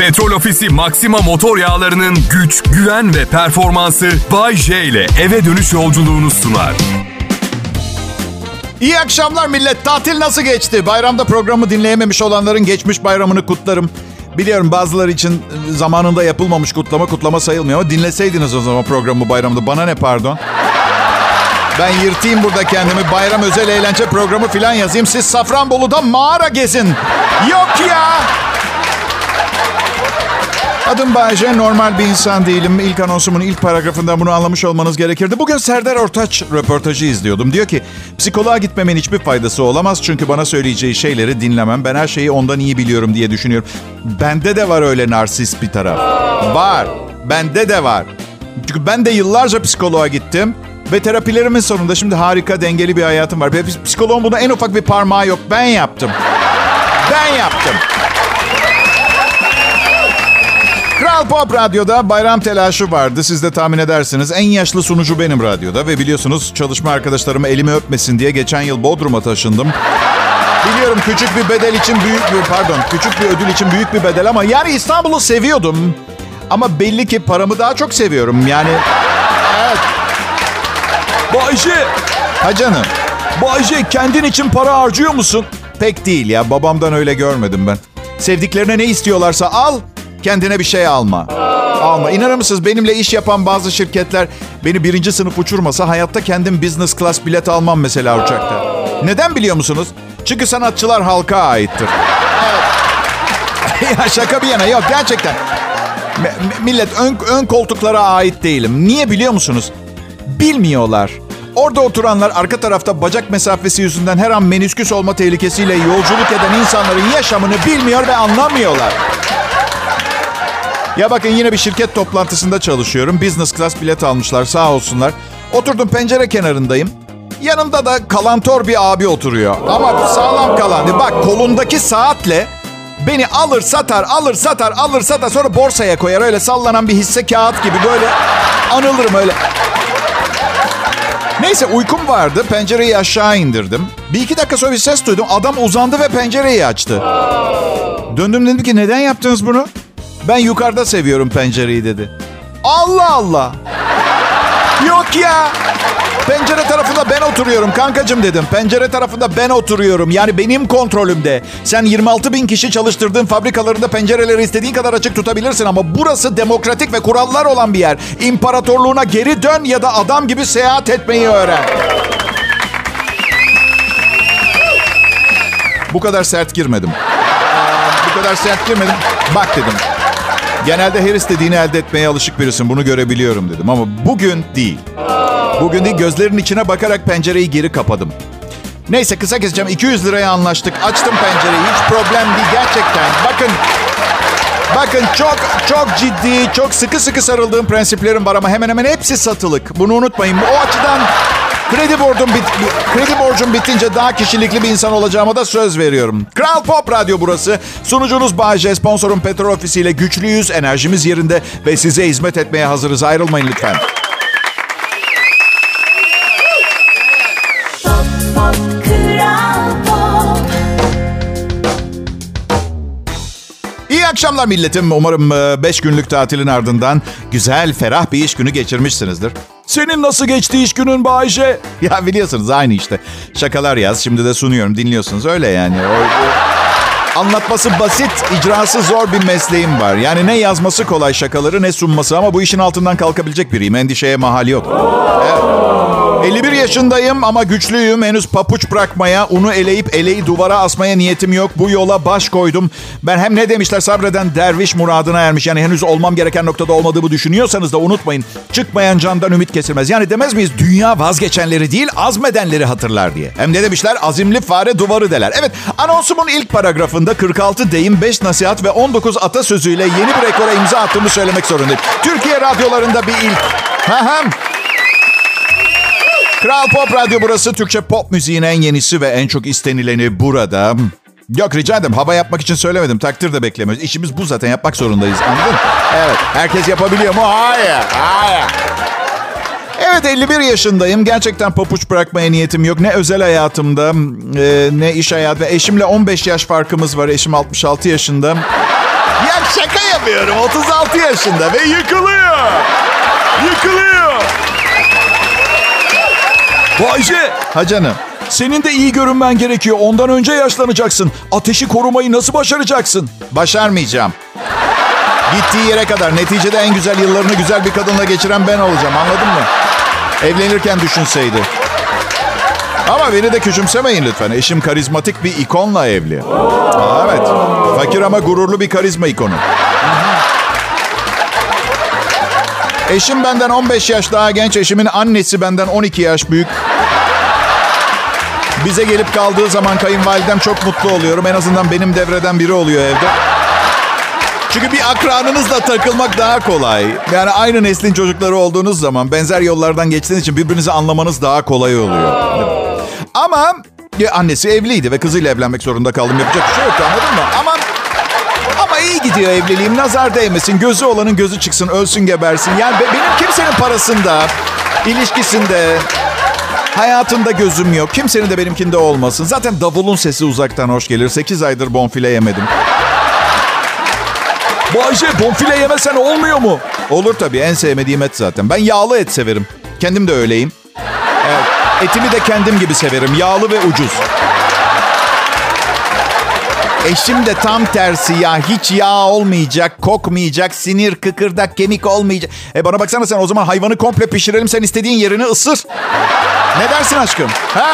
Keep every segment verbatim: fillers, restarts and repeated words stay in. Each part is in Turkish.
Petrol Ofisi Maxima motor yağlarının güç, güven ve performansı Bay J ile eve dönüş yolculuğunu sunar. İyi akşamlar millet. Tatil nasıl geçti? Bayramda programı dinleyememiş olanların geçmiş bayramını kutlarım. Biliyorum bazıları için zamanında yapılmamış kutlama kutlama sayılmıyor ama dinleseydiniz o zaman programı bayramda. Bana ne pardon? Ben yırtayım burada kendimi. Bayram özel eğlence programı falan yazayım. Siz Safranbolu'da mağara gezin. Yok ya. Adım Bayce, normal bir insan değilim. İlk anonsumun ilk paragrafından bunu anlamış olmanız gerekirdi. Bugün Serdar Ortaç röportajı izliyordum. Diyor ki, psikoloğa gitmemin hiçbir faydası olamaz. Çünkü bana söyleyeceği şeyleri dinlemem. Ben her şeyi ondan iyi biliyorum diye düşünüyorum. Bende de var öyle narsist bir taraf. Var. Bende de var. Çünkü ben de yıllarca psikoloğa gittim. Ve terapilerimin sonunda şimdi harika, dengeli bir hayatım var. Psikoloğun buna en ufak bir parmağı yok. Ben yaptım. Ben yaptım. Kral Pop Radyo'da bayram telaşı vardı. Siz de tahmin edersiniz. En yaşlı sunucu benim radyoda. Ve biliyorsunuz çalışma arkadaşlarım elimi öpmesin diye geçen yıl Bodrum'a taşındım. Biliyorum küçük bir bedel için büyük bir, pardon küçük bir ödül için büyük bir bedel ama yani İstanbul'u seviyordum. Ama belli ki paramı daha çok seviyorum. Yani evet. Bayce. Ha canım. Bayce, kendin için para harcıyor musun? Pek değil ya. Babamdan öyle görmedim ben. Sevdiklerine ne istiyorlarsa al. Kendine bir şey alma. Alma. İnanır mısınız, benimle iş yapan bazı şirketler beni birinci sınıf uçurmasa hayatta kendim business class bilet almam mesela uçakta. Neden biliyor musunuz? Çünkü sanatçılar halka aittir. Evet. Ya şaka bir yana, yok gerçekten. M- millet ön, ön koltuklara ait değilim. Niye biliyor musunuz? Bilmiyorlar. Orada oturanlar arka tarafta bacak mesafesi yüzünden her an menisküs olma tehlikesiyle yolculuk eden insanların yaşamını bilmiyor ve anlamıyorlar. Ya bakın, yine bir şirket toplantısında çalışıyorum. Business class bilet almışlar, sağ olsunlar. Oturdum, pencere kenarındayım. Yanımda da kalantor bir abi oturuyor. Ama sağlam kalan. Bak, kolundaki saatle beni alır satar, alır satar, alır satar. Sonra borsaya koyar. Öyle sallanan bir hisse kağıt gibi böyle anılırım öyle. Neyse, uykum vardı. Pencereyi aşağı indirdim. Bir iki dakika sonra bir ses duydum. Adam uzandı ve pencereyi açtı. Döndüm, dedim ki neden yaptınız bunu? Ben yukarıda seviyorum pencereyi dedi. Allah Allah. Yok ya. Pencere tarafında ben oturuyorum kankacığım dedim. Pencere tarafında ben oturuyorum. Yani benim kontrolümde. Sen yirmi altı bin kişi çalıştırdığın fabrikalarında pencereleri istediğin kadar açık tutabilirsin. Ama burası demokratik ve kurallar olan bir yer. İmparatorluğuna geri dön ya da adam gibi seyahat etmeyi öğren. Bu kadar sert girmedim. Bu kadar sert girmedim. Bak dedim. Genelde her istediğini elde etmeye alışık birisin. Bunu görebiliyorum dedim. Ama bugün değil. Bugün değil, gözlerinin içine bakarak pencereyi geri kapadım. Neyse, kısa keseceğim. iki yüz liraya anlaştık. Açtım pencereyi. Hiç problem değil gerçekten. Bakın. Bakın çok çok ciddi, çok sıkı sıkı sarıldığım prensiplerim var ama hemen hemen hepsi satılık. Bunu unutmayın. O açıdan kredi borcum, bit kredi borcum bitince daha kişilikli bir insan olacağıma da söz veriyorum. Kral Pop Radyo burası. Sunucunuz Bayce, sponsorum Petrol Ofisi ile güçlüyüz, enerjimiz yerinde ve size hizmet etmeye hazırız. Ayrılmayın lütfen. İyi akşamlar milletim. Umarım beş günlük tatilin ardından güzel, ferah bir iş günü geçirmişsinizdir. Senin nasıl geçti iş günün Bayce? Ya biliyorsunuz, aynı işte. Şakalar yaz, şimdi de sunuyorum, dinliyorsunuz, öyle yani. O, o... Anlatması basit, icrası zor bir mesleğim var. Yani ne yazması kolay şakaları, ne sunması, ama bu işin altından kalkabilecek biriyim. Endişeye mahal yok. Evet. elli bir yaşındayım ama güçlüyüm. Henüz papuç bırakmaya, unu eleyip eleği duvara asmaya niyetim yok. Bu yola baş koydum. Ben hem ne demişler, sabreden derviş muradına ermiş. Yani henüz olmam gereken noktada olmadığımı düşünüyorsanız da unutmayın. Çıkmayan candan ümit kesilmez. Yani demez miyiz? Dünya vazgeçenleri değil, azmedenleri hatırlar diye. Hem ne demişler? Azimli fare duvarı deler. Evet, anonsumun ilk paragrafında kırk altı deyim, beş nasihat ve on dokuz atasözüyle yeni bir rekora imza attığımı söylemek zorundayım. Türkiye radyolarında bir ilk. Haha. Kral Pop Radyo burası. Türkçe pop müziğin en yenisi ve en çok istenileni burada. Yok, rica ederim. Hava yapmak için söylemedim. Takdir de beklemiyoruz. İşimiz bu zaten. Yapmak zorundayız. Anladın? Evet. Herkes yapabiliyor mu? Hayır. Hayır. Evet, elli bir yaşındayım. Gerçekten papuç bırakmaya niyetim yok. Ne özel hayatımda, e, ne iş hayatı. Eşimle on beş yaş farkımız var. Eşim altmış altı yaşında. Ya şaka yap. İnanamıyorum. otuz altı yaşında ve yıkılıyor. Yıkılıyor. Bayce. Ha canım. Senin de iyi görünmen gerekiyor. Ondan önce yaşlanacaksın. Ateşi korumayı nasıl başaracaksın? Başarmayacağım. Gittiği yere kadar. Neticede en güzel yıllarını güzel bir kadınla geçiren ben olacağım. Anladın mı? Evlenirken düşünseydi. Ama beni de küçümsemeyin lütfen. Eşim karizmatik bir ikonla evli. Aa, evet. Fakir ama gururlu bir karizma ikonu. Eşim benden on beş yaş daha genç. Eşimin annesi benden on iki yaş büyük. Bize gelip kaldığı zaman kayınvalidem çok mutlu oluyorum. En azından benim devreden biri oluyor evde. Çünkü bir akranınızla takılmak daha kolay. Yani aynı neslin çocukları olduğunuz zaman benzer yollardan geçtiğiniz için birbirinizi anlamanız daha kolay oluyor. Ama ya annesi evliydi ve kızıyla evlenmek zorunda kaldım. Yapacak bir şey yoktu, anladın mı? Ama ama iyi gidiyor evliliğim. Nazar değmesin. Gözü olanın gözü çıksın. Ölsün gebersin. Yani benim kimsenin parasında, ilişkisinde, hayatında gözüm yok. Kimsenin de benimkinde olmasın. Zaten davulun sesi uzaktan hoş gelir. sekiz aydır bonfile yemedim. Bayce, bonfile yemesen olmuyor mu? Olur tabii. En sevmediğim et zaten. Ben yağlı et severim. Kendim de öyleyim. Evet. Etimi de kendim gibi severim. Yağlı ve ucuz. Eşim de tam tersi ya. Hiç yağ olmayacak, kokmayacak, sinir, kıkırdak, kemik olmayacak. E bana baksana sen, o zaman hayvanı komple pişirelim. Sen istediğin yerini ısır. Ne dersin aşkım? Ha?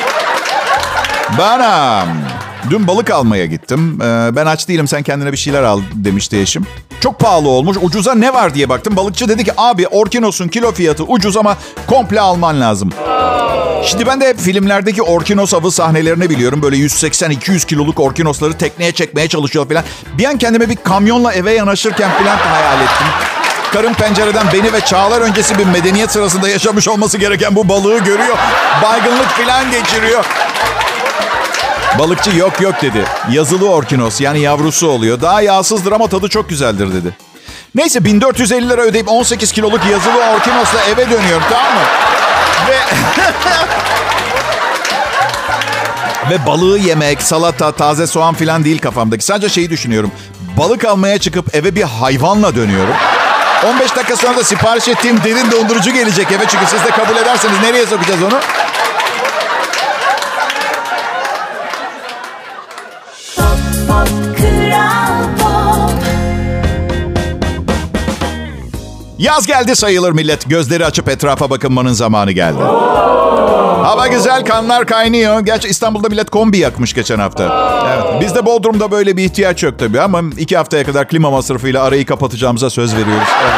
Bana dün balık almaya gittim. Ee, ben aç değilim, sen kendine bir şeyler al demişti eşim. Çok pahalı olmuş. Ucuza ne var diye baktım. Balıkçı dedi ki abi Orkinos'un kilo fiyatı ucuz ama komple alman lazım. Şimdi ben de hep filmlerdeki Orkinos avı sahnelerini biliyorum. Böyle yüz seksen iki yüz kiloluk Orkinosları tekneye çekmeye çalışıyor falan. Bir an kendime bir kamyonla eve yanaşırken falan hayal ettim. Karım pencereden beni ve çağlar öncesi bir medeniyet sırasında yaşamış olması gereken bu balığı görüyor. Baygınlık falan geçiriyor. Balıkçı yok yok dedi. Yazılı Orkinos, yani yavrusu oluyor. Daha yağsızdır ama tadı çok güzeldir dedi. Neyse bin dört yüz elli lira ödeyip on sekiz kiloluk yazılı Orkinos'la eve dönüyorum, tamam mı? Ve... Ve balığı yemek, salata, taze soğan falan değil kafamdaki. Sadece şeyi düşünüyorum. Balık almaya çıkıp eve bir hayvanla dönüyorum. on beş dakika sonra da sipariş ettiğim derin dondurucu gelecek eve. Çünkü siz de kabul ederseniz nereye sokacağız onu? Yaz geldi sayılır millet. Gözleri açıp etrafa bakınmanın zamanı geldi. Hava güzel, kanlar kaynıyor. Gerçi İstanbul'da millet kombi yakmış geçen hafta. Evet. Bizde Bodrum'da böyle bir ihtiyaç yok tabii ama iki haftaya kadar klima masrafıyla arayı kapatacağımıza söz veriyoruz. Evet.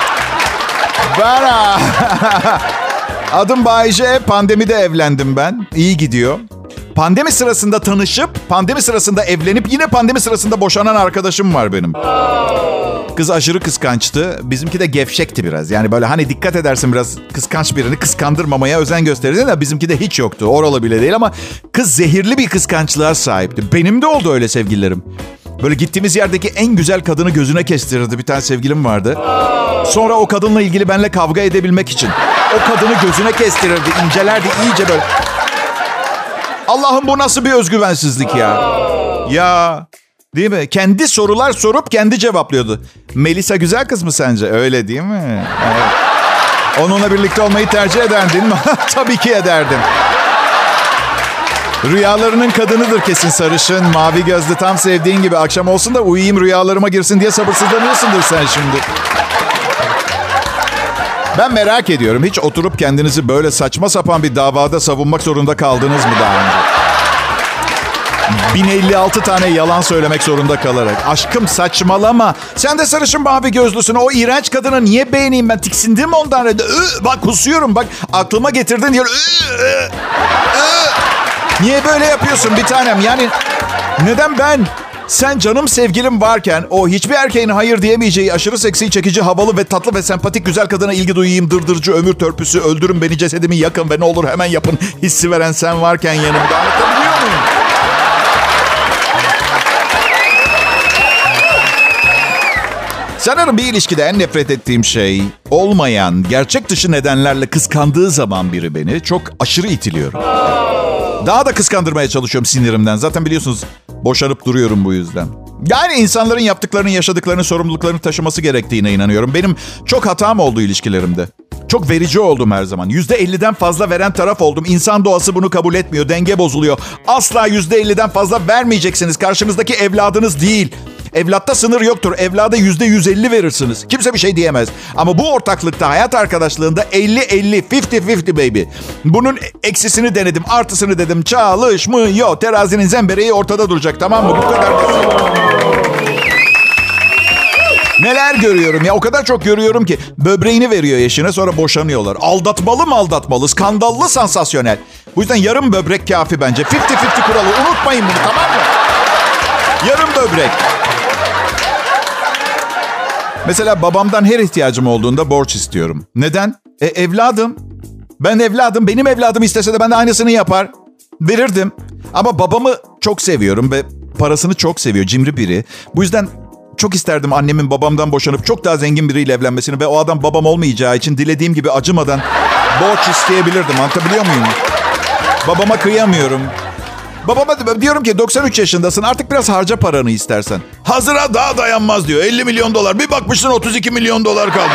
Bana. Adım Bayce. Pandemide evlendim ben. İyi gidiyor. Pandemi sırasında tanışıp, pandemi sırasında evlenip yine pandemi sırasında boşanan arkadaşım var benim. Kız aşırı kıskançtı. Bizimki de gevşekti biraz. Yani böyle hani dikkat edersin biraz kıskanç birini kıskandırmamaya özen gösterirsin de bizimki de hiç yoktu. Oralı bile değil ama kız zehirli bir kıskançlığa sahipti. Benim de oldu öyle sevgililerim. Böyle gittiğimiz yerdeki en güzel kadını gözüne kestirirdi. Bir tane sevgilim vardı. Sonra o kadınla ilgili benimle kavga edebilmek için o kadını gözüne kestirirdi, incelerdi iyice böyle. Allah'ım, bu nasıl bir özgüvensizlik ya? Ya, değil mi? Kendi sorular sorup kendi cevaplıyordu. Melisa güzel kız mı sence? Öyle değil mi? Evet. Onunla birlikte olmayı tercih ederdin mi? Tabii ki ederdim. Rüyalarının kadınıdır kesin, sarışın, mavi gözlü, tam sevdiğin gibi. Akşam olsun da uyuyayım rüyalarıma girsin diye sabırsızlanıyorsundur sen şimdi. Ben merak ediyorum, hiç oturup kendinizi böyle saçma sapan bir davada savunmak zorunda kaldınız mı daha önce? bin elli altı tane yalan söylemek zorunda kalarak. Aşkım saçmalama. Sen de sarışın mavi gözlüsün. O iğrenç kadını niye beğeneyim ben? Tiksindim ondan. Ü, bak kusuyorum. Bak aklıma getirdin diyor. Ü, ü, ü. Niye böyle yapıyorsun bir tanem? Yani neden ben? Sen canım sevgilim varken o hiçbir erkeğin hayır diyemeyeceği aşırı seksi, çekici, havalı ve tatlı ve sempatik güzel kadına ilgi duyayım, dırdırcı, ömür törpüsü, öldürün beni, cesedimi yakın ve ne olur hemen yapın hissi veren sen varken yanımda. Anlatabiliyor muyum? Sanırım bir ilişkide en nefret ettiğim şey olmayan, gerçek dışı nedenlerle kıskandığı zaman biri beni çok aşırı itiliyorum. Daha da kıskandırmaya çalışıyorum sinirimden. Zaten biliyorsunuz boşanıp duruyorum bu yüzden. Yani insanların yaptıklarını, yaşadıklarını, sorumluluklarını taşıması gerektiğine inanıyorum. Benim çok hatam oldu ilişkilerimde. Çok verici oldum her zaman. yüzde elliden fazla veren taraf oldum. İnsan doğası bunu kabul etmiyor. Denge bozuluyor. Asla yüzde elliden fazla vermeyeceksiniz. Karşınızdaki evladınız değil. Evlatta sınır yoktur. Evlada yüzde yüz elli verirsiniz. Kimse bir şey diyemez. Ama bu ortaklıkta, hayat arkadaşlığında elli elli, elli elli baby. Bunun eksisini denedim, artısını dedim. Çalışmıyor. Terazinin zembereği ortada duracak, tamam mı? Bu kadar basit. Neler görüyorum ya, o kadar çok görüyorum ki. Böbreğini veriyor eşine, sonra boşanıyorlar. Aldatmalı mı aldatmalı, skandallı, sansasyonel. Bu yüzden yarım böbrek kafi bence. elli elli kuralı, unutmayın bunu, tamam mı? Yarım böbrek. Mesela babamdan her ihtiyacım olduğunda borç istiyorum. Neden? E, evladım. Ben evladım. Benim evladım istese de ben de aynısını yapar. Verirdim. Ama babamı çok seviyorum ve parasını çok seviyor. Cimri biri. Bu yüzden çok isterdim annemin babamdan boşanıp çok daha zengin biriyle evlenmesini ve o adam babam olmayacağı için dilediğim gibi acımadan borç isteyebilirdim. Anlatabiliyor muyum? Babama kıyamıyorum. Babama diyorum ki doksan üç yaşındasın, artık biraz harca paranı istersen. Hazıra daha dayanmaz diyor. elli milyon dolar. Bir bakmışsın otuz iki milyon dolar kalmış.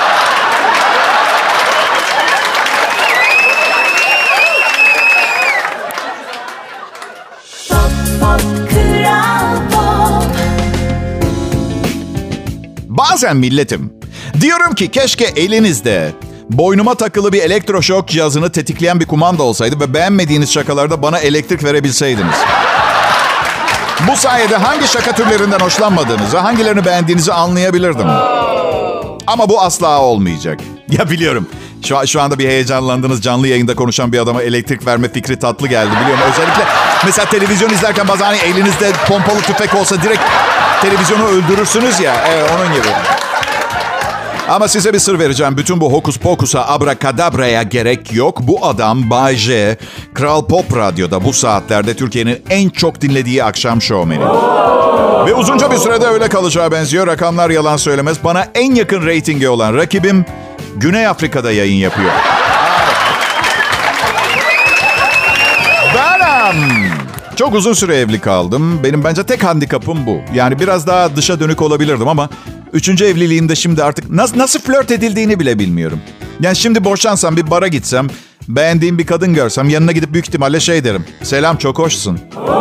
Bazen milletim, diyorum ki keşke elinizde boynuma takılı bir elektroşok cihazını tetikleyen bir kumanda olsaydı ve beğenmediğiniz şakalarda bana elektrik verebilseydiniz. Bu sayede hangi şaka türlerinden hoşlanmadığınızı, hangilerini beğendiğinizi anlayabilirdim. Ama bu asla olmayacak. Ya biliyorum, şu, şu anda bir heyecanlandınız, canlı yayında konuşan bir adama elektrik verme fikri tatlı geldi, biliyorum. Özellikle mesela televizyon izlerken bazen hani elinizde pompalı tüfek olsa direkt televizyonu öldürürsünüz ya. Evet, onun gibi. Ama size bir sır vereceğim. Bütün bu hokus pokusa, abrakadabraya gerek yok. Bu adam Bay J, Kral Pop Radyo'da bu saatlerde Türkiye'nin en çok dinlediği akşam şovmeni. Ve uzunca bir sürede öyle kalacağı benziyor. Rakamlar yalan söylemez. Bana en yakın reytingi olan rakibim Güney Afrika'da yayın yapıyor. Benim. Çok uzun süre evli kaldım. Benim bence tek handikapım bu. Yani biraz daha dışa dönük olabilirdim ama üçüncü evliliğimde şimdi artık nasıl, nasıl flört edildiğini bile bilmiyorum. Yani şimdi boşansam, bir bara gitsem, beğendiğim bir kadın görsem yanına gidip büyük ihtimalle şey derim. Selam, çok hoşsun.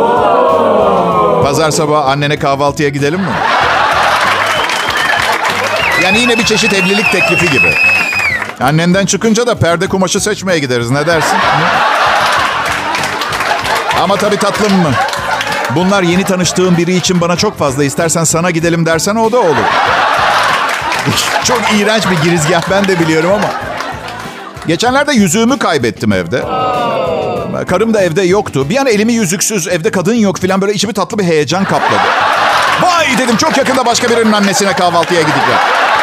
Pazar sabahı annene kahvaltıya gidelim mi? Yani yine bir çeşit evlilik teklifi gibi. Annenden çıkınca da perde kumaşı seçmeye gideriz, ne dersin? Ama tabii tatlım mı? Bunlar yeni tanıştığım biri için bana çok fazla. İstersen sana gidelim dersen o da olur. Çok iğrenç bir girizgah, ben de biliyorum ama. Geçenlerde yüzüğümü kaybettim evde. Karım da evde yoktu. Bir an elimi yüzüksüz, evde kadın yok falan, böyle içimi tatlı bir heyecan kapladı. Vay dedim, çok yakında başka birinin annesine kahvaltıya gideceğim.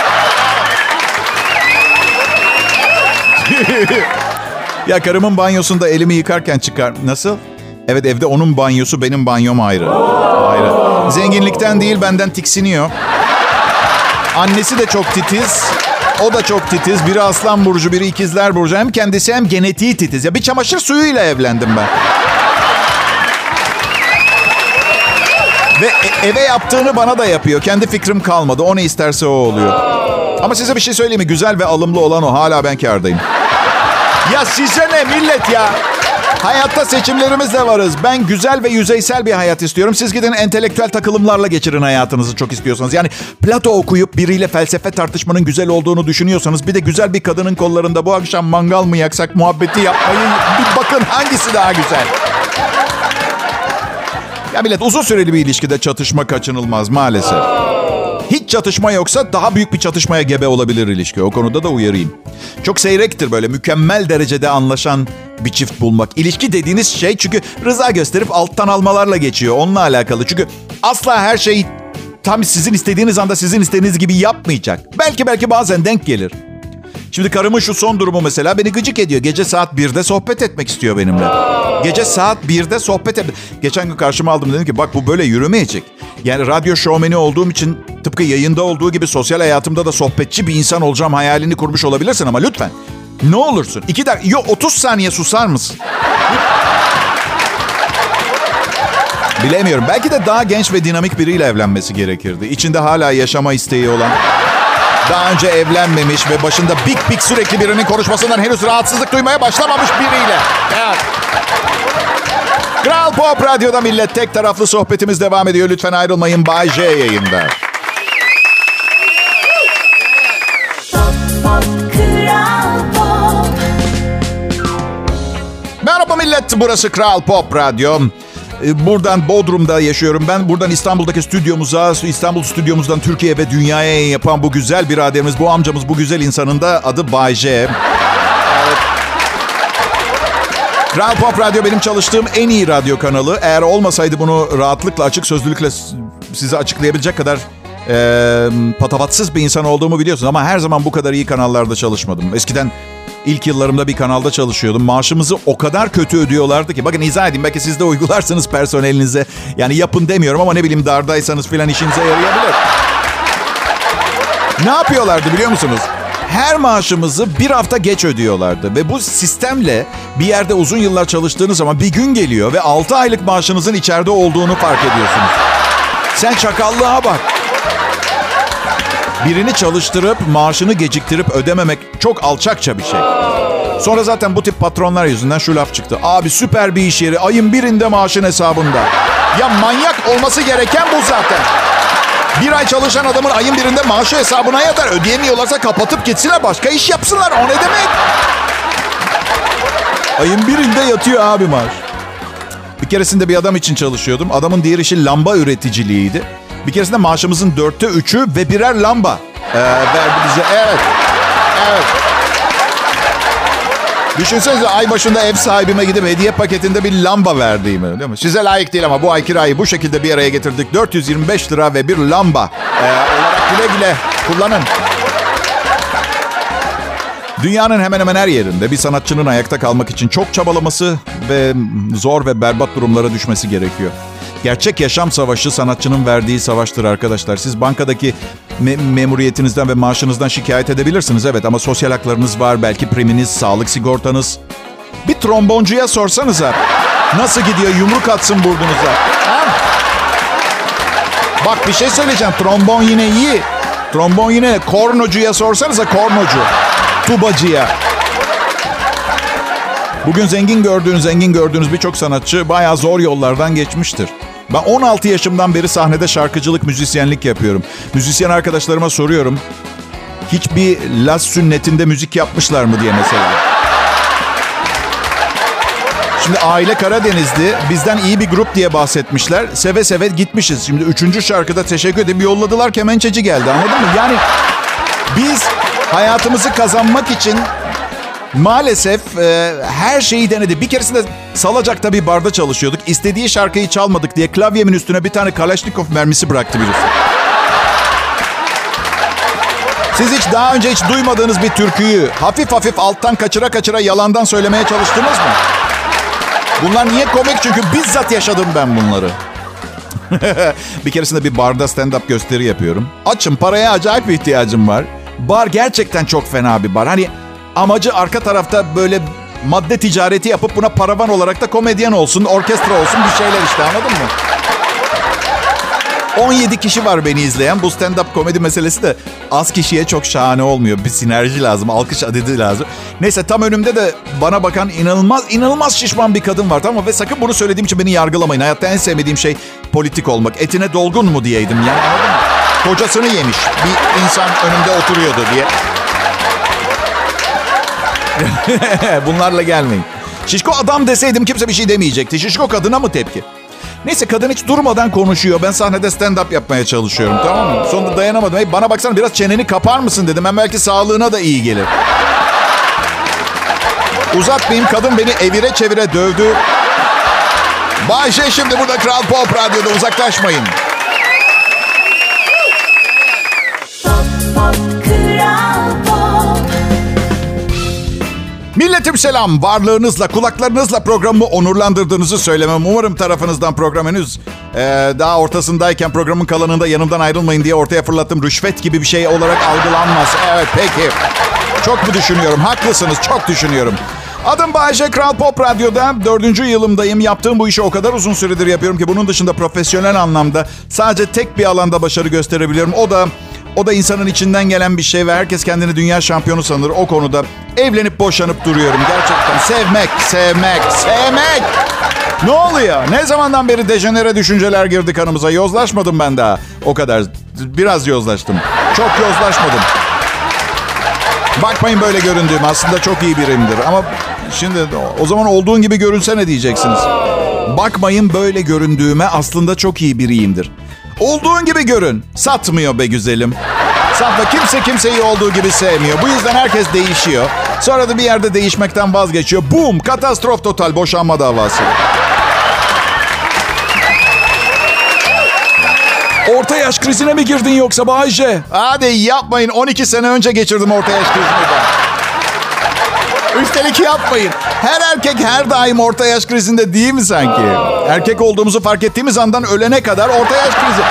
Ya karımın banyosunda elimi yıkarken çıkar. Nasıl? Evet, evde onun banyosu, benim banyom ayrı. Ayrı. Zenginlikten değil, benden tiksiniyor. Annesi de çok titiz. O da çok titiz. Biri Aslan Burcu, biri İkizler Burcu. Hem kendisi hem genetiği titiz. Ya bir çamaşır suyuyla evlendim ben. Ve eve yaptığını bana da yapıyor. Kendi fikrim kalmadı. O ne isterse o oluyor. Ama size bir şey söyleyeyim mi? Güzel ve alımlı olan o. Hala ben kârdayım. Ya size ne millet ya? Hayatta seçimlerimizle varız. Ben güzel ve yüzeysel bir hayat istiyorum. Siz gidin entelektüel takılımlarla geçirin hayatınızı çok istiyorsanız. Yani Plato okuyup biriyle felsefe tartışmanın güzel olduğunu düşünüyorsanız, bir de güzel bir kadının kollarında bu akşam mangal mı yaksak muhabbeti yapmayı bir bakın, hangisi daha güzel? Ya millet, uzun süreli bir ilişkide çatışma kaçınılmaz maalesef. Hiç çatışma yoksa daha büyük bir çatışmaya gebe olabilir ilişki. O konuda da uyarayım. Çok seyrektir böyle mükemmel derecede anlaşan bir çift bulmak. İlişki dediğiniz şey çünkü rıza gösterip alttan almalarla geçiyor. Onunla alakalı. Çünkü asla her şey tam sizin istediğiniz anda sizin istediğiniz gibi yapmayacak. Belki belki bazen denk gelir. Şimdi karımın şu son durumu mesela beni gıcık ediyor. Gece saat birde sohbet etmek istiyor benimle. Gece saat birde sohbet ed- Geçen gün karşıma aldım, dedim ki bak bu böyle yürümeyecek. Yani radyo şovmeni olduğum için tıpkı yayında olduğu gibi sosyal hayatımda da sohbetçi bir insan olacağım hayalini kurmuş olabilirsin ama lütfen ne olursun iki dakika, yok otuz saniye susar mısın? Bilemiyorum. Belki de daha genç ve dinamik biriyle evlenmesi gerekirdi. İçinde hala yaşama isteği olan, daha önce evlenmemiş ve başında big big sürekli birinin konuşmasından henüz rahatsızlık duymaya başlamamış biriyle. Evet. Kral Pop Radyo'da millet, tek taraflı sohbetimiz devam ediyor. Lütfen ayrılmayın. Bay J yayında. Merhaba millet, burası Kral Pop Radyo. Buradan Bodrum'da yaşıyorum ben. Buradan İstanbul'daki stüdyomuza, İstanbul stüdyomuzdan Türkiye ve dünyaya yayın yapan bu güzel biraderimiz, bu amcamız, bu güzel insanın da adı Bay J. Evet. Kral Pop Radyo benim çalıştığım en iyi radyo kanalı. Eğer olmasaydı bunu rahatlıkla, açık sözlülükle size açıklayabilecek kadar e, patavatsız bir insan olduğumu biliyorsunuz. Ama her zaman bu kadar iyi kanallarda çalışmadım. Eskiden İlk yıllarımda bir kanalda çalışıyordum. Maaşımızı o kadar kötü ödüyorlardı ki. Bakın izah edeyim. Belki siz de uygularsınız personelinize. Yani yapın demiyorum ama ne bileyim dardaysanız filan işinize yarayabilir. Ne yapıyorlardı biliyor musunuz? Her maaşımızı bir hafta geç ödüyorlardı. Ve bu sistemle bir yerde uzun yıllar çalıştığınız zaman bir gün geliyor ve altı aylık maaşınızın içeride olduğunu fark ediyorsunuz. Sen çakallığa bak. Birini çalıştırıp maaşını geciktirip ödememek çok alçakça bir şey. Sonra zaten bu tip patronlar yüzünden şu laf çıktı. Abi süper bir iş yeri, ayın birinde maaşın hesabında. Ya manyak, olması gereken bu zaten. Bir ay çalışan adamın ayın birinde maaşı hesabına yatar. Ödeyemiyorlarsa kapatıp gitsinler, başka iş yapsınlar. O ne demek? Ayın birinde yatıyor abi maaş. Bir keresinde bir adam için çalışıyordum. Adamın diğer işi lamba üreticiliğiydi. Bir keresinde maaşımızın dörtte üçü ve birer lamba ee, verdi bize. Evet. Evet. Düşünsenize ay başında ev sahibime gidip hediye paketinde bir lamba verdiğimi. Değil mi? Size layık değil ama bu ay kirayı bu şekilde bir araya getirdik. dört yüz yirmi beş lira ve bir lamba ee, olarak güle güle kullanın. Dünyanın hemen hemen her yerinde bir sanatçının ayakta kalmak için çok çabalaması ve zor ve berbat durumlara düşmesi gerekiyor. Gerçek yaşam savaşı sanatçının verdiği savaştır arkadaşlar. Siz bankadaki me- memuriyetinizden ve maaşınızdan şikayet edebilirsiniz. Evet, ama sosyal haklarınız var. Belki priminiz, sağlık sigortanız. Bir tromboncuya sorsanıza. Nasıl gidiyor? Yumruk atsın burnunuza. Ha? Bak bir şey söyleyeceğim. Trombon yine iyi. Trombon yine. Kornocuya sorsanıza, kornocu. Tubacıya. Bugün zengin gördüğünüz, zengin gördüğünüz birçok sanatçı bayağı zor yollardan geçmiştir. Ben on altı yaşımdan beri sahnede şarkıcılık, müzisyenlik yapıyorum. Müzisyen arkadaşlarıma soruyorum. Hiçbir Laz sünnetinde müzik yapmışlar mı diye mesela. Şimdi aile Karadenizli, bizden iyi bir grup diye bahsetmişler. Seve seve gitmişiz. Şimdi üçüncü şarkıda teşekkür edip yolladılar, kemençeci geldi, anladın mı? Yani biz hayatımızı kazanmak için maalesef e, her şeyi denedi. Bir keresinde Salacak'ta bir barda çalışıyorduk. İstediği şarkıyı çalmadık diye klavyemin üstüne bir tane Kalaşnikov mermisi bıraktı birisi. Siz hiç daha önce hiç duymadığınız bir türküyü hafif hafif alttan kaçıra kaçıra yalandan söylemeye çalıştınız mı? Bunlar niye komik? Çünkü bizzat yaşadım ben bunları. Bir keresinde bir barda stand-up gösteri yapıyorum. Açım, paraya acayip bir ihtiyacım var. Bar gerçekten çok fena bir bar. Hani amacı arka tarafta böyle madde ticareti yapıp buna paravan olarak da komedyen olsun, orkestra olsun, bir şeyler işte, anladın mı? on yedi kişi var beni izleyen. Bu stand-up komedi meselesi de az kişiye çok şahane olmuyor. Bir sinerji lazım, alkış adedi lazım. Neyse, tam önümde de bana bakan inanılmaz inanılmaz şişman bir kadın var, tamam mı? Ve sakın bunu söylediğim için beni yargılamayın. Hayatta en sevmediğim şey politik olmak. Etine dolgun mu diyeydim yani, anladın mı? Kocasını yemiş bir insan önümde oturuyordu diye. Bunlarla gelmeyin. Şişko adam deseydim kimse bir şey demeyecekti. Şişko kadına mı tepki? Neyse, kadın hiç durmadan konuşuyor. Ben sahnede stand-up yapmaya çalışıyorum, tamam mı? Sonunda dayanamadım. Hey, bana baksana, biraz çeneni kapar mısın dedim. Hem belki sağlığına da iyi gelir. Uzatmayayım, kadın beni evire çevire dövdü. Bay J şimdi burada Kral Pop Radyo'da, uzaklaşmayın. Milletim selam. Varlığınızla, kulaklarınızla programımı onurlandırdığınızı söylemem. Umarım tarafınızdan program henüz e, daha ortasındayken programın kalanında yanımdan ayrılmayın diye ortaya fırlattım. Rüşvet gibi bir şey olarak algılanmaz. Evet, peki. Çok mu düşünüyorum? Haklısınız, çok düşünüyorum. Adım Bayece, Kral Pop Radyo'da dördüncü yılımdayım. Yaptığım bu işi o kadar uzun süredir yapıyorum ki bunun dışında profesyonel anlamda sadece tek bir alanda başarı gösterebiliyorum. O da o da insanın içinden gelen bir şey ve herkes kendini dünya şampiyonu sanır. O konuda evlenip boşanıp duruyorum. Gerçekten sevmek, sevmek, sevmek. Ne oluyor? Ne zamandan beri dejenere düşünceler girdi kanımıza? Yozlaşmadım ben daha. O kadar. Biraz yozlaştım. Çok yozlaşmadım. Bakmayın böyle göründüğüm. Aslında çok iyi birimdir. Ama şimdi o zaman olduğun gibi görünsene diyeceksiniz. Bakmayın böyle göründüğüme, aslında çok iyi biriyimdir. Olduğun gibi görün. Satmıyor be güzelim. Satma. Kimse kimseyi olduğu gibi sevmiyor. Bu yüzden herkes değişiyor. Sonra da bir yerde değişmekten vazgeçiyor. Boom! Katastrof total. Boşanma davası. Orta yaş krizine mi girdin yoksa Bayece? Hadi yapmayın. on iki sene önce geçirdim orta yaş krizini ben. Üstelik yapmayın. Her erkek her daim orta yaş krizinde değil mi sanki? Erkek olduğumuzu fark ettiğimiz andan ölene kadar orta yaş krizi.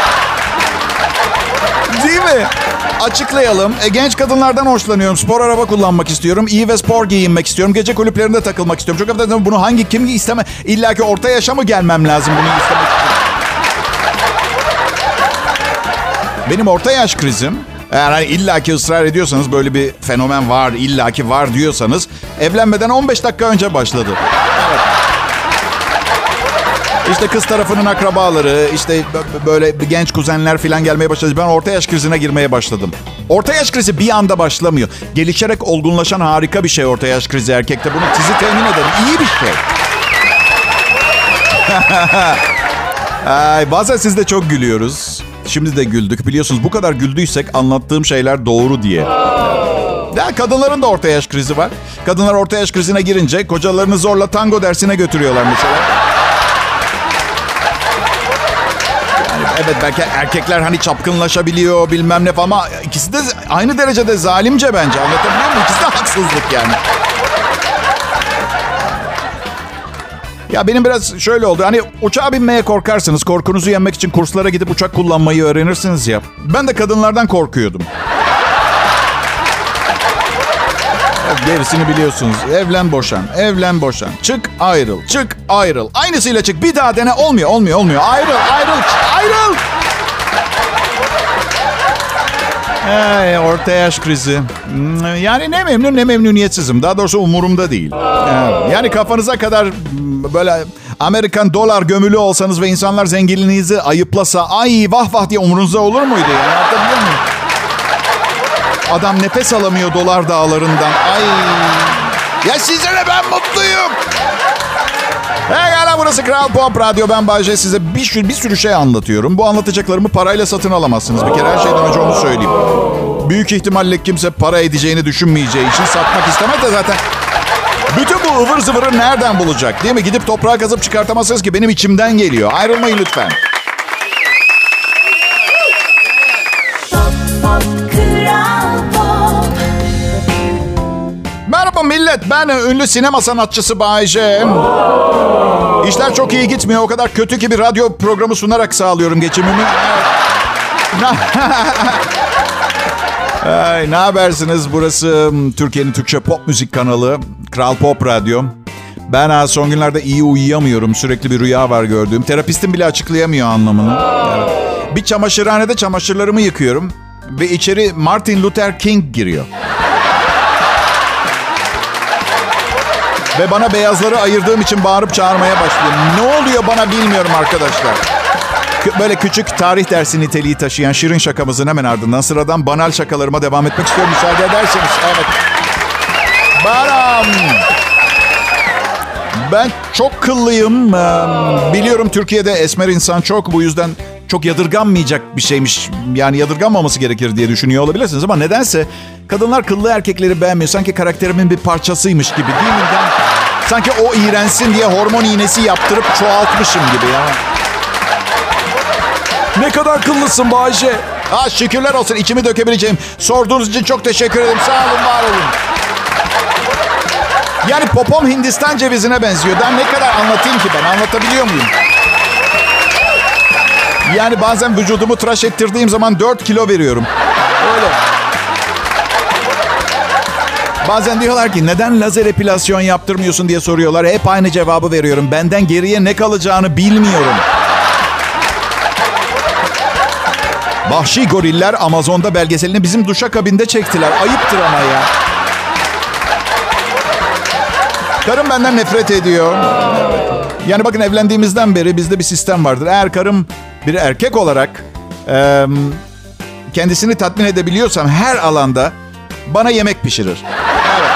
Değil mi? Açıklayalım. E, genç kadınlardan hoşlanıyorum. Spor araba kullanmak istiyorum. İyi ve spor giyinmek istiyorum. Gece kulüplerinde takılmak istiyorum. Çok affedersin, bunu hangi kim isteme? İlla ki orta yaşa mı gelmem lazım bunu istemek için? Benim orta yaş krizim, eğer hani illaki ısrar ediyorsanız, böyle bir fenomen var, illaki var diyorsanız, evlenmeden on beş dakika önce başladı. Evet. İşte kız tarafının akrabaları, işte böyle genç kuzenler falan gelmeye başladı. Ben orta yaş krizine girmeye başladım. Orta yaş krizi bir anda başlamıyor. Gelişerek olgunlaşan harika bir şey orta yaş krizi erkekte. Bunu sizi temin ederim. İyi bir şey. Ay, bazen sizle çok gülüyoruz. Şimdi de güldük. Biliyorsunuz bu kadar güldüysek anlattığım şeyler doğru diye. Ya, kadınların da orta yaş krizi var. Kadınlar orta yaş krizine girince kocalarını zorla tango dersine götürüyorlar mesela. Yani evet, belki erkekler hani çapkınlaşabiliyor bilmem ne ama ikisi de aynı derecede zalimce bence. Anlatabiliyor muyum? İkisi de haksızlık yani. Ya benim biraz şöyle oldu. Hani uçağa binmeye korkarsınız. Korkunuzu yenmek için kurslara gidip uçak kullanmayı öğrenirsiniz ya. Ben de kadınlardan korkuyordum. Gerisini biliyorsunuz. Evlen boşan, evlen boşan. Çık ayrıl, çık ayrıl. Aynısıyla çık. Bir daha dene. Olmuyor, olmuyor, olmuyor. Ayrıl, ayrıl, ayrıl. Hey, orta yaş krizi. Yani ne memnun ne memnuniyetsizim. Daha doğrusu umurumda değil. Yani kafanıza kadar böyle Amerikan dolar gömülü olsanız ve insanlar zenginliğinizi ayıplasa, ay vah vah diye umurunuzda olur muydu? Yani anlatabiliyor muyum? Adam nefes alamıyor dolar dağlarından. Ay. Ya size ne, ben mutluyum. Pekala, burası Kral Pop Radyo. Ben Bayece, size bir sürü, bir sürü şey anlatıyorum. Bu anlatacaklarımı parayla satın alamazsınız. Bir kere her şeyden önce onu söyleyeyim. Büyük ihtimalle kimse para edeceğini düşünmeyeceği için satmak istemez de zaten. Bütün bu ıvır zıvırı nereden bulacak, değil mi? Gidip toprağa kazıp çıkartamazsınız ki, benim içimden geliyor. Ayrılmayın lütfen. Merhaba millet, ben ünlü sinema sanatçısı Bayece. İşler çok iyi gitmiyor. O kadar kötü ki bir radyo programı sunarak sağlıyorum geçimimi. Ay, ne habersiniz? Burası Türkiye'nin Türkçe pop müzik kanalı Kral Pop Radyo. Ben son günlerde iyi uyuyamıyorum. Sürekli bir rüya var gördüğüm. Terapistim bile açıklayamıyor anlamını. Evet. Bir çamaşırhanede çamaşırlarımı yıkıyorum ve içeri Martin Luther King giriyor. Ve bana beyazları ayırdığım için bağırıp çağırmaya başlıyor. Ne oluyor bana bilmiyorum arkadaşlar. Böyle küçük tarih dersi niteliği taşıyan şirin şakamızın hemen ardından sıradan banal şakalarıma devam etmek istiyorum. Müsaade ederseniz. Evet. Baram. Ben çok kıllıyım. Biliyorum Türkiye'de esmer insan çok. Bu yüzden çok yadırganmayacak bir şeymiş. Yani yadırganmaması gerekir diye düşünüyor olabilirsiniz. Ama nedense kadınlar kıllı erkekleri beğenmiyor. Sanki karakterimin bir parçasıymış gibi, değil mi? Yani sanki o iğrensin diye hormon iğnesi yaptırıp çoğaltmışım gibi ya. Ne kadar kıllısın Bayece. Ah, şükürler olsun, içimi dökebileceğim. Sorduğunuz için çok teşekkür ederim. Sağ olun, var olun. Yani popom Hindistan cevizine benziyor. Daha ne kadar anlatayım ki ben? Anlatabiliyor muyum? Yani bazen vücudumu tıraş ettirdiğim zaman dört kilo veriyorum. Öyle. Bazen diyorlar ki neden lazer epilasyon yaptırmıyorsun diye soruyorlar. Hep aynı cevabı veriyorum. Benden geriye ne kalacağını bilmiyorum. Vahşi goriller Amazon'da belgeselini bizim duşakabinde çektiler. Ayıptır ama ya. Karım benden nefret ediyor. Yani bakın evlendiğimizden beri bizde bir sistem vardır. Eğer karım bir erkek olarak e, kendisini tatmin edebiliyorsam her alanda bana yemek pişirir. Evet.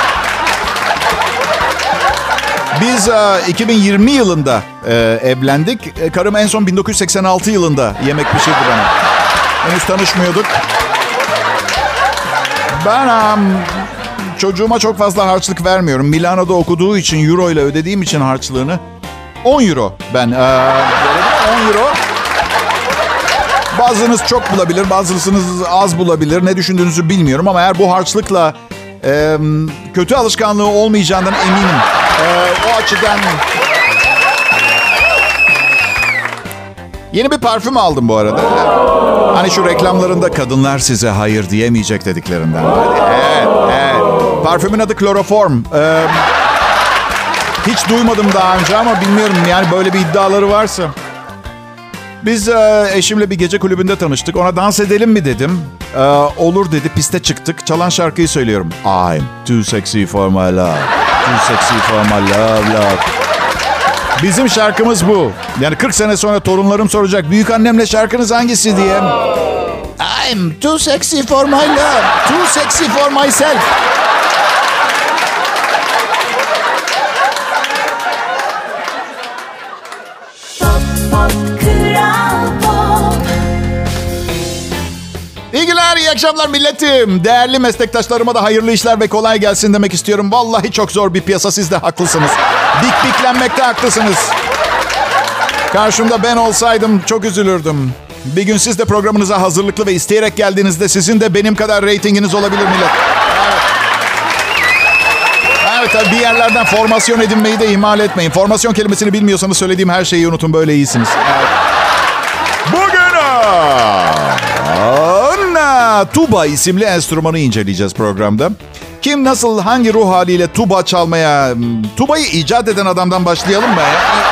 Biz e, iki bin yirmi yılında e, evlendik. E, karım en son bin dokuz yüz seksen altı yılında yemek pişirdi bana. Henüz tanışmıyorduk. Ben um, çocuğuma çok fazla harçlık vermiyorum. Milano'da okuduğu için euro ile ödediğim için harçlığını on euro ben. E, on euro. Bazınız çok bulabilir, bazınız az bulabilir. Ne düşündüğünüzü bilmiyorum ama eğer bu harçlıkla e, kötü alışkanlığı olmayacağından eminim. E, o açıdan... Yeni bir parfüm aldım bu arada. Hani şu reklamlarında kadınlar size hayır diyemeyecek dediklerinden. Evet, evet. Parfümün adı Chloroform. Ee, hiç duymadım daha önce ama bilmiyorum yani böyle bir iddiaları varsa. Biz e, eşimle bir gece kulübünde tanıştık. Ona dans edelim mi dedim. E, olur dedi. Piste çıktık. Çalan şarkıyı söylüyorum. I'm too sexy for my love. Too sexy for my love, love. Bizim şarkımız bu. Yani kırk sene sonra torunlarım soracak. Büyük annemle şarkınız hangisi diye. I'm too sexy for my love. Too sexy for myself. İyi günler, iyi akşamlar milletim. Değerli meslektaşlarıma da hayırlı işler ve kolay gelsin demek istiyorum. Vallahi çok zor bir piyasa, siz de haklısınız. Dik diklenmekte haklısınız. Karşımda ben olsaydım çok üzülürdüm. Bir gün siz de programınıza hazırlıklı ve isteyerek geldiğinizde sizin de benim kadar reytinginiz olabilir millet. Evet. Evet tabii bir yerlerden formasyon edinmeyi de ihmal etmeyin. Formasyon kelimesini bilmiyorsanız söylediğim her şeyi unutun, böyle iyisiniz. Evet. Bugün Anna, tuba isimli enstrümanı inceleyeceğiz programda. Kim nasıl hangi ruh haliyle tuba çalmaya... Tubayı icat eden adamdan başlayalım mı?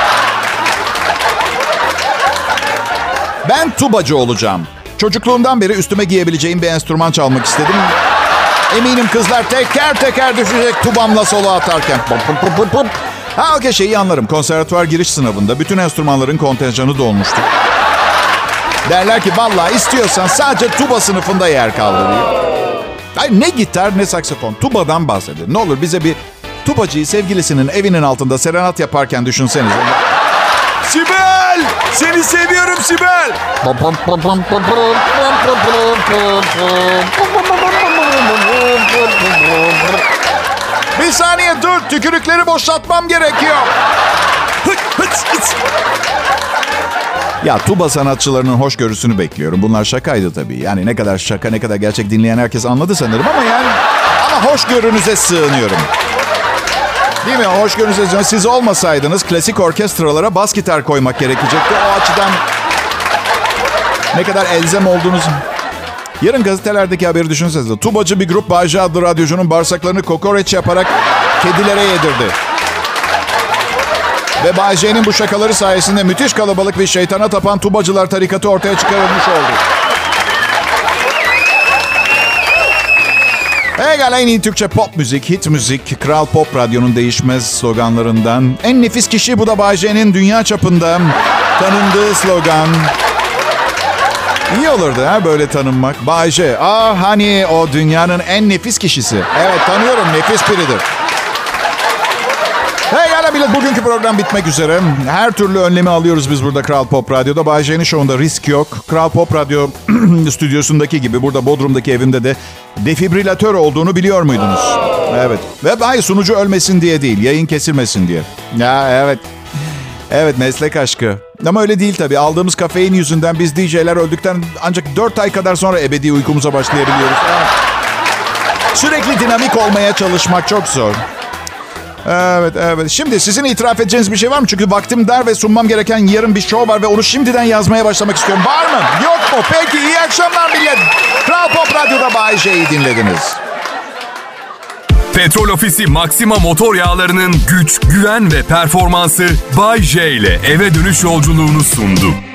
Ben tubacı olacağım. Çocukluğumdan beri üstüme giyebileceğim bir enstrüman çalmak istedim. Eminim kızlar teker teker düşecek tubamla solo atarken. Ha okey, şeyi anlarım. Konservatuvar giriş sınavında bütün enstrümanların kontenjanı dolmuştu. Derler ki vallahi istiyorsan sadece tuba sınıfında yer kaldı diye. Hayır, ne gitar ne saksafon. Tubadan bahsedin. Ne olur bize bir tubacıyı sevgilisinin evinin altında serenat yaparken düşünsenize. Sibel! Seni seviyorum Sibel! Bir saniye dur. Tükürükleri boşaltmam gerekiyor. Ya tuba sanatçılarının hoşgörüsünü bekliyorum. Bunlar şakaydı tabii. Yani ne kadar şaka ne kadar gerçek dinleyen herkes anladı sanırım ama yani... Ama hoşgörünüze sığınıyorum. Değil mi? Hoşgörünüze sığınıyorum. Siz olmasaydınız klasik orkestralara bas gitar koymak gerekecekti. O açıdan ne kadar elzem olduğunuz... Yarın gazetelerdeki haberi düşünsenize. Tubacı bir grup Bay J adlı radyocunun bağırsaklarını kokoreç yaparak kedilere yedirdi. Ve Bay J'nin bu şakaları sayesinde müthiş kalabalık bir şeytana tapan tubacılar tarikatı ortaya çıkarılmış oldu. Egala en iyi Türkçe pop müzik, hit müzik, Kral Pop Radyo'nun değişmez sloganlarından. En nefis kişi bu da Bay J'nin dünya çapında tanındığı slogan. İyi olurdu ha böyle tanınmak. Bay J, ah hani o dünyanın en nefis kişisi. Evet tanıyorum, nefis biridir. Hey gala millet, bugünkü program bitmek üzere. Her türlü önlemi alıyoruz biz burada Kral Pop Radyo'da. Bay J'nin şovunda risk yok. Kral Pop Radyo stüdyosundaki gibi burada Bodrum'daki evimde de defibrilatör olduğunu biliyor muydunuz? Evet. Ve bay sunucu ölmesin diye değil, yayın kesilmesin diye. Ya evet. Evet, meslek aşkı. Ama öyle değil tabii. Aldığımız kafein yüzünden biz D J'ler öldükten ancak dört ay kadar sonra ebedi uykumuza başlayabiliyoruz. Evet. Sürekli dinamik olmaya çalışmak çok zor. Evet, evet. Şimdi sizin itiraf edeceğiniz bir şey var mı? Çünkü vaktim dar ve sunmam gereken yarın bir show var ve onu şimdiden yazmaya başlamak istiyorum. Var mı? Yok mu? Peki, iyi akşamlar millet. Kral Pop Radyo'da Bay J'yi dinlediniz. Petrol Ofisi Maxima motor yağlarının güç, güven ve performansı Bay J ile eve dönüş yolculuğunu sundu.